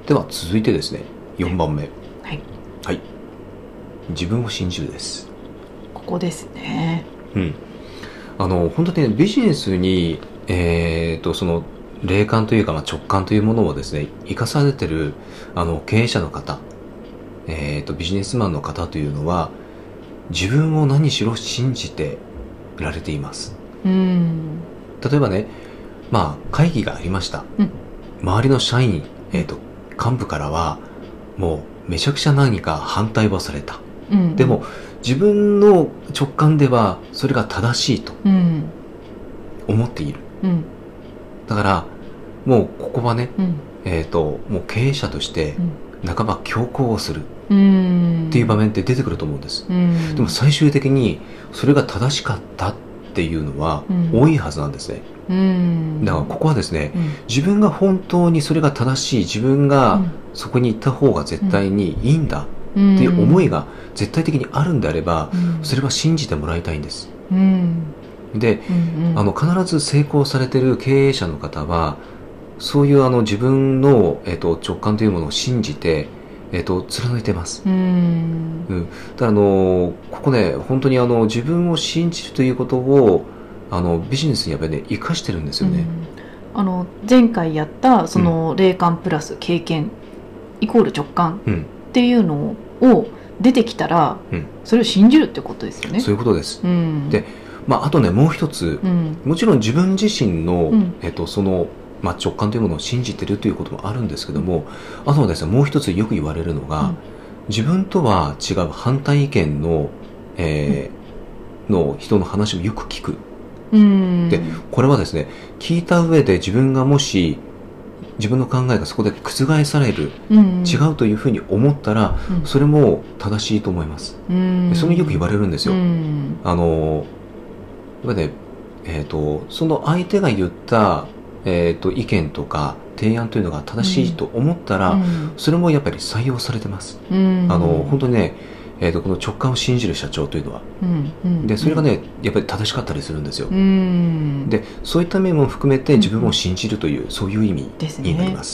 では続いてですね、4番目。 はい。 はい。自分を信じるです。 ここですね。 本当にね、ビジネスに、その、霊感というか、直感というものをですね、生かされてる、経営者の方、ビジネスマンの方というのは、自分を何しろ信じてられています。例えばね、会議がありました。周りの社員、幹部からは、もうめちゃくちゃ何か反対はされた。でも、自分の直感ではそれが正しいと思っている。だから、もうここはね、もう経営者として、半ば強行をするっていう場面って出てくると思うんです。でも最終的にそれが正しかったっていうのは多いはずなんですね。だからここはですね、自分が本当にそれが正しい、自分がそこに行った方が絶対にいいんだっていう思いが絶対的にあるんであれば、それは信じてもらいたいんです。で、必ず成功されている経営者の方は、そういう自分の、直感というものを信じて、貫いてます。ただここね、本当に自分を信じるということをビジネスにやっぱりね、生かしてるんですよね。 前回やったその霊感プラス経験イコール直感っていうのを出てきたら、それを信じるってことですよね。 そういうことです。で、あとね、もう一つ、もちろん自分自身の、その直感というものを信じているということもあるんですけども、あとはですね、もう一つよく言われるのが、自分とは違う反対意見の、の人の話をよく聞く。で、これはですね、聞いた上で自分がもし自分の考えがそこで覆される、違うというふうに思ったら、それも正しいと思います。それよく言われるんですよ。やっぱね、その相手が言った意見とか提案というのが正しいと思ったら、それもやっぱり採用されてます。本当にね、この直感を信じる社長というのは、でそれがね、やっぱり正しかったりするんですよ。で、そういった面も含めて自分を信じるという、そういう意味になります。